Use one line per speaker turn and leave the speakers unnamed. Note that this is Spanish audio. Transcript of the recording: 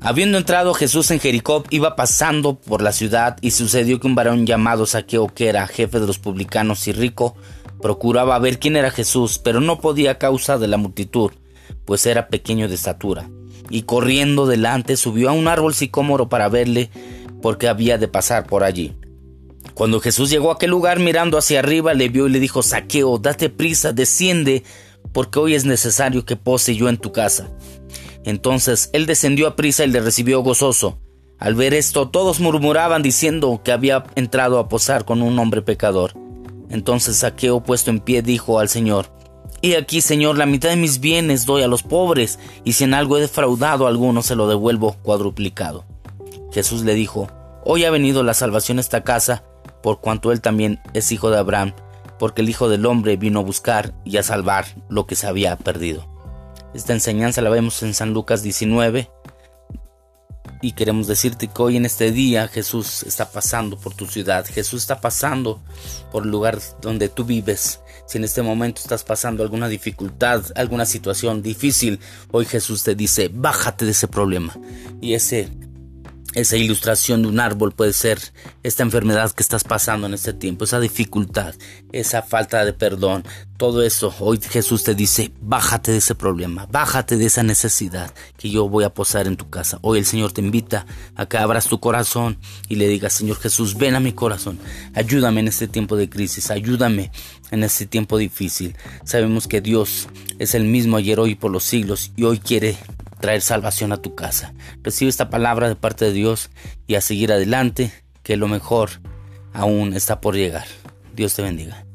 Habiendo entrado Jesús en Jericó, iba pasando por la ciudad, y sucedió que un varón llamado Zaqueo, que era jefe de los publicanos y rico, procuraba ver quién era Jesús, pero no podía a causa de la multitud, pues era pequeño de estatura. Y corriendo delante subió a un árbol sicómoro para verle, porque había de pasar por allí. Cuando Jesús llegó a aquel lugar, mirando hacia arriba, le vio y le dijo: Zaqueo, date prisa, desciende, porque hoy es necesario que pose yo en tu casa. Entonces él descendió a prisa y le recibió gozoso. Al ver esto, todos murmuraban diciendo que había entrado a posar con un hombre pecador. Entonces Zaqueo, puesto en pie, dijo al Señor: He aquí, Señor, la mitad de mis bienes doy a los pobres, y si en algo he defraudado a alguno, se lo devuelvo cuadruplicado. Jesús le dijo: Hoy ha venido la salvación a esta casa, por cuanto él también es hijo de Abraham, porque el Hijo del Hombre vino a buscar y a salvar lo que se había perdido. Esta enseñanza la vemos en San Lucas 19, y queremos decirte que hoy en este día Jesús está pasando por tu ciudad. Jesús está pasando por el lugar donde tú vives. Si en este momento estás pasando alguna dificultad, alguna situación difícil, hoy Jesús te dice: bájate de ese problema. Y esa ilustración de un árbol puede ser esta enfermedad que estás pasando en este tiempo, esa dificultad, esa falta de perdón, todo eso. Hoy Jesús te dice: bájate de ese problema, bájate de esa necesidad, que yo voy a posar en tu casa. Hoy el Señor te invita a que abras tu corazón y le digas: Señor Jesús, ven a mi corazón, ayúdame en este tiempo de crisis, ayúdame en este tiempo difícil. Sabemos que Dios es el mismo ayer, hoy y por los siglos, y hoy quiere traer salvación a tu casa. Recibe esta palabra de parte de Dios y a seguir adelante, que lo mejor aún está por llegar. Dios te bendiga.